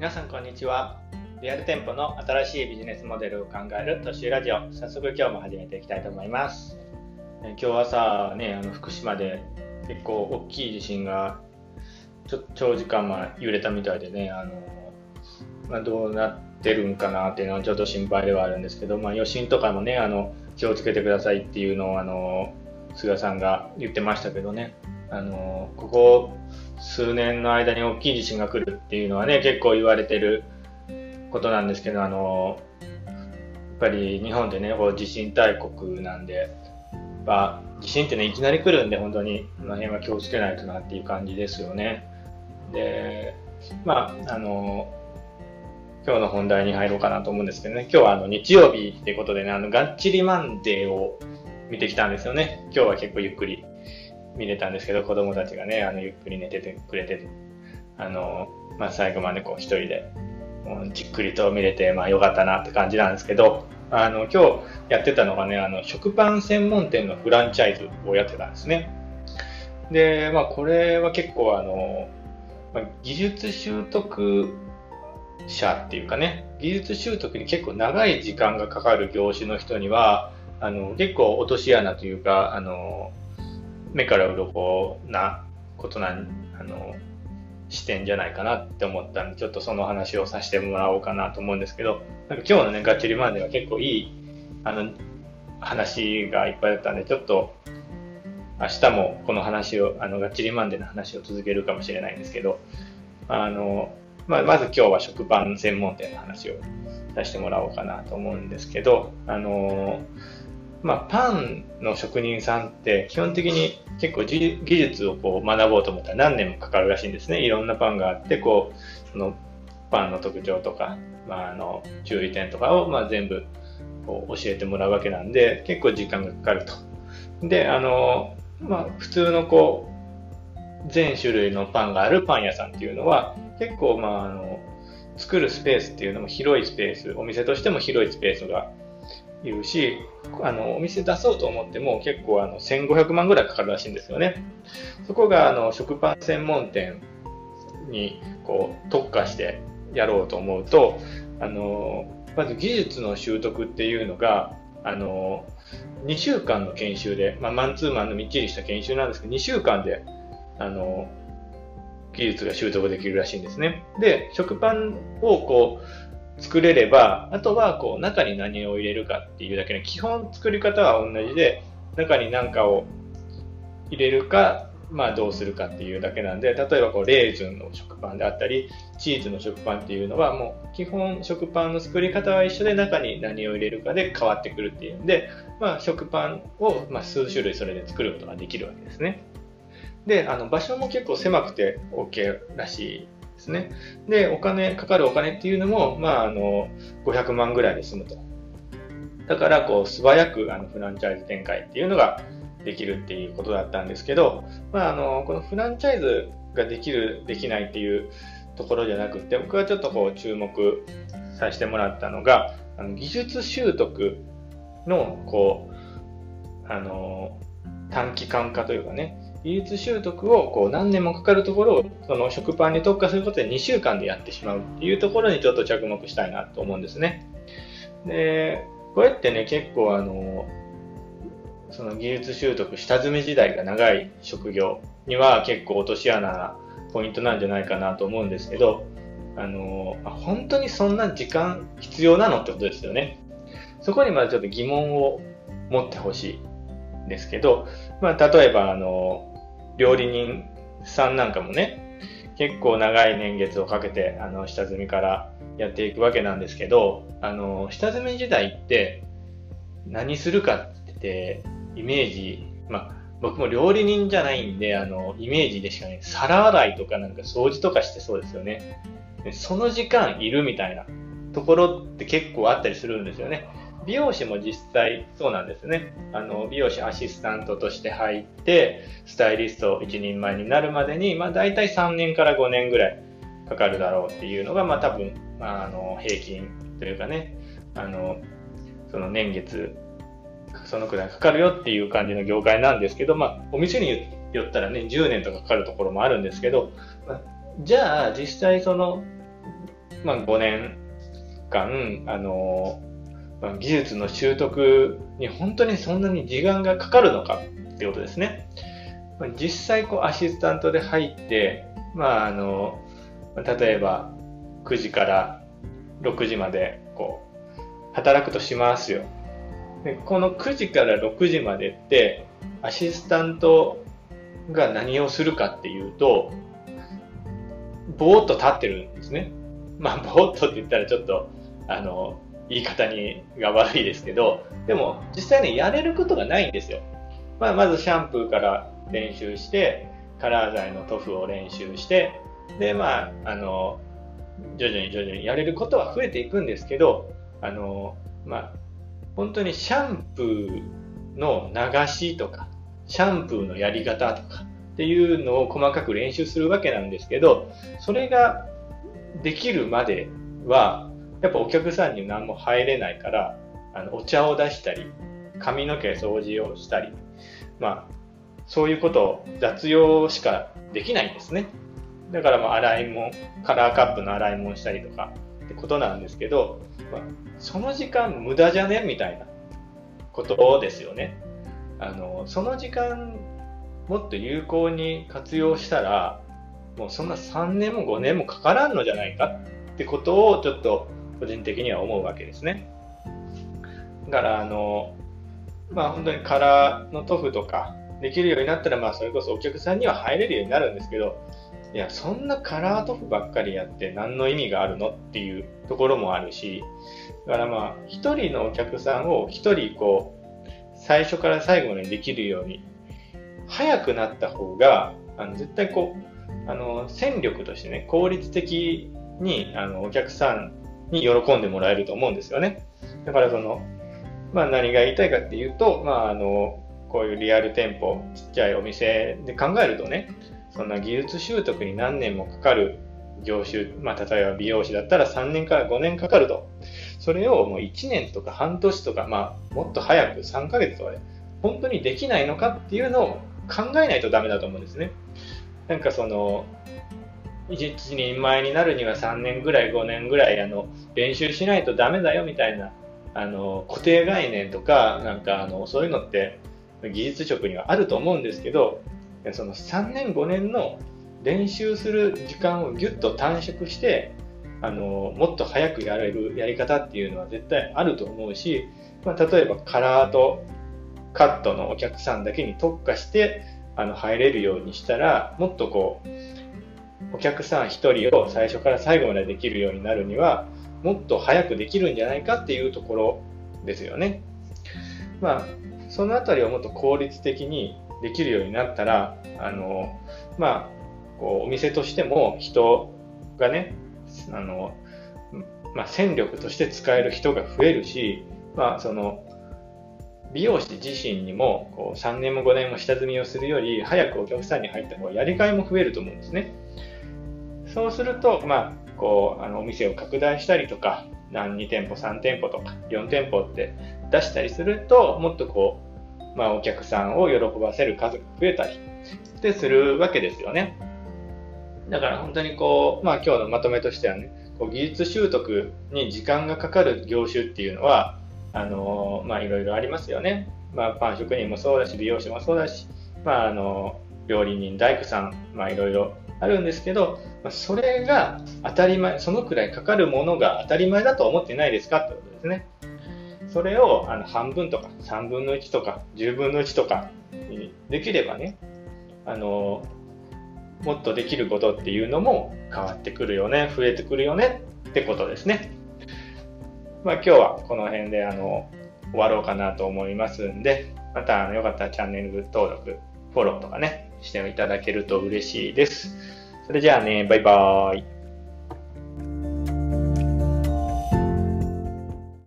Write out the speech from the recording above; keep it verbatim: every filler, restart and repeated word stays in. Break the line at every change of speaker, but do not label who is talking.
皆さんこんにちは。リアル店舗の新しいビジネスモデルを考える都市ラジオ、早速今日も始めていきたいと思います。え今日朝ね、あの福島で結構大きい地震がちょ長時間まあ揺れたみたいでね、あの、まあ、どうなってるんかなっていうのはちょっと心配ではあるんですけど、まあ、余震とかもね、あの気をつけてくださいっていうのをあの菅さんが言ってましたけどね、あのここ数年の間に大きい地震が来るっていうのはね、結構言われてることなんですけど、あのやっぱり日本ってね、こう地震大国なんで、まあ、地震ってねいきなり来るんで、本当にこの辺は気をつけないとなっていう感じですよね。で、まああの今日の本題に入ろうかなと思うんですけどね、今日はあの日曜日っていうことでね、あのがっちりマンデーを見てきたんですよね。今日は結構ゆっくり見れたんですけど、子供たちがね、あのゆっくり寝ててくれて、あの、まあ、最後までこう一人でじっくりと見れて、まあ良かったなって感じなんですけど、あの今日やってたのがね、あの食パン専門店のフランチャイズをやってたんですね。で、まあこれは結構あの、まあ、技術習得者っていうかね、技術習得に結構長い時間がかかる業種の人には、あの結構落とし穴というか、あの目から鱗なことなんあの視点じゃないかなって思ったんで、ちょっとその話をさせてもらおうかなと思うんですけど、なんか今日のねガッチリマンデーは結構いいあの話がいっぱいだったんで、ちょっと明日もこの話をあのガッチリマンデーの話を続けるかもしれないんですけど、あの、まあ、まず今日は食パン専門店の話をさせてもらおうかなと思うんですけど、あのまあ、パンの職人さんって基本的に結構技術をこう学ぼうと思ったら何年もかかるらしいんですね。いろんなパンがあって、こうそのパンの特徴とか、まあ、あの注意点とかをまあ全部こう教えてもらうわけなんで、結構時間がかかると。で、あの、まあ、普通のこう全種類のパンがあるパン屋さんっていうのは結構まああの作るスペースっていうのも広いスペース、お店としても広いスペースがいるし、あのお店出そうと思っても結構あのせんごひゃくまんぐらいかかるらしいんですよね。そこがあの食パン専門店にこう特化してやろうと思うと、あのまず技術の習得っていうのがあのにしゅうかんの研修で、まあ、マンツーマンのみっちりした研修なんですけど、にしゅうかんであの技術が習得できるらしいんですね。で、食パンをこう作れれば、あとはこう中に何を入れるかっていうだけで、基本作り方は同じで、中に何かを入れるか、まあどうするかっていうだけなんで、例えばこうレーズンの食パンであったり、チーズの食パンっていうのはもう基本食パンの作り方は一緒で、中に何を入れるかで変わってくるっていうんで、まあ食パンをまあ数種類それで作ることができるわけですね。で、あの場所も結構狭くて OK らしいですね。で、お金、かかるお金っていうのも、まあ、あの、ごひゃくまんぐらいで済むと。だから、こう、素早く、あの、フランチャイズ展開っていうのができるっていうことだったんですけど、まあ、あの、このフランチャイズができる、できないっていうところじゃなくて、僕はちょっとこう、注目させてもらったのが、あの技術習得の、こう、あの、短期間化というかね、技術習得をこう何年もかかるところをその食パンに特化することでにしゅうかんでやってしまうっていうところにちょっと着目したいなと思うんですね。で、これってね、結構あのその技術習得、下積み時代が長い職業には結構落とし穴なポイントなんじゃないかなと思うんですけど、あの本当にそんな時間必要なのってことですよね。そこにまずちょっと疑問を持ってほしいんですけど、まあ、例えばあの料理人さんなんかもね、結構長い年月をかけてあの下積みからやっていくわけなんですけど、あの下積み時代って何するかってイメージ、まあ、僕も料理人じゃないんであのイメージでしかない。皿洗いとかなんか掃除とかしてそうですよね。でその時間いるみたいなところって結構あったりするんですよね。美容師も実際そうなんですね。あの美容師アシスタントとして入ってスタイリスト一人前になるまでに、まあ、大体さんねんからごねんぐらいかかるだろうっていうのが、まあ、多分、まあ、あの平均というかね、あのその年月そのくらいかかるよっていう感じの業界なんですけど、まあ、お店によったらねじゅうねんとかかかるところもあるんですけど、まあ、じゃあ実際そのまあ、ごねんかん、あの、まあ、技術の習得に本当にそんなに時間がかかるのかってことですね。まあ、実際こうアシスタントで入って、まあ、あの例えばくじからろくじまでこう働くとしますよ。でこのくじからろくじまでってアシスタントが何をするかっていうと、ぼーっと立ってるんですね。まあぼーっとって言ったらちょっとあの言い方にが悪いですけど、でも実際ねやれることがないんですよ。まあ、まずシャンプーから練習して、カラー剤の塗布を練習して、でまああの徐々に徐々にやれることは増えていくんですけど、あのまあ本当にシャンプーの流しとかシャンプーのやり方とかっていうのを細かく練習するわけなんですけど、それができるまではやっぱお客さんに何も入れないから、あのお茶を出したり髪の毛掃除をしたり、まあそういうことを雑用しかできないんですね。だからまあ洗い物、カラーカップの洗い物したりとかってことなんですけど、まあ、その時間無駄じゃねみたいなことですよね。あのその時間もっと有効に活用したら、もうそんなさんねんもごねんもかからんのじゃないかってことをちょっと個人的には思うわけですね。だからあのまあ本当にカラーの塗布とかできるようになったら、まあそれこそお客さんには入れるようになるんですけど、いやそんなカラー塗布ばっかりやって何の意味があるのっていうところもあるし、だからまあ一人のお客さんを一人こう最初から最後までできるように早くなった方が、あの絶対こうあの戦力としてね、効率的にあのお客さんに喜んでもらえると思うんですよね。だからそのまあ何が言いたいかっていうと、まああのこういうリアル店舗、ちっちゃいお店で考えるとね、そんな技術習得に何年もかかる業種、まあ例えば美容師だったらさんねんからごねんかかると。それをもういちねんとか半年とか、まあもっと早くさんかげつとかで本当にできないのかっていうのを考えないとダメだと思うんですね。なんかその一人前になるにはさんねんぐらいごねんぐらいあの練習しないとダメだよみたいなあの固定概念とか、なんかあのそういうのって技術職にはあると思うんですけど、そのさんねんごねんの練習する時間をギュッと短縮して、あのもっと早くやれるやり方っていうのは絶対あると思うし、まあ、例えばカラーとカットのお客さんだけに特化してあの入れるようにしたら、もっとこうお客さん一人を最初から最後までできるようになるにはもっと早くできるんじゃないかっていうところですよね。まあそのあたりをもっと効率的にできるようになったら、あのまあこうお店としても人がね、あのまあ、戦力として使える人が増えるし、まあその美容師自身にもこうさんねんもごねんも下積みをするより早くお客さんに入った方がやりがいも増えると思うんですね。そうすると、まあ、こうあのお店を拡大したりとか、に店舗さん店舗とかよん店舗って出したりすると、もっとこう、まあ、お客さんを喜ばせる数が増えたりってするわけですよね。だから本当にこう、まあ、今日のまとめとしてはね、こう技術習得に時間がかかる業種っていうのはあのまあいろいろありますよね。まあパン職人もそうだし、美容師もそうだし、まああの料理人、大工さん、まあいろいろあるんですけど、まあ、それが当たり前、そのくらいかかるものが当たり前だと思ってないですかってことですね。それをあの半分とかさんぶんのいちとかじゅうぶんのいちとかにできればね、あのもっとできることっていうのも変わってくるよね、増えてくるよねってことですね。まあ今日はこの辺であの終わろうかなと思いますんで、またあのよかったらチャンネル登録、フォローとかね、していただけると嬉しいです。それじゃあね、バイバーイ。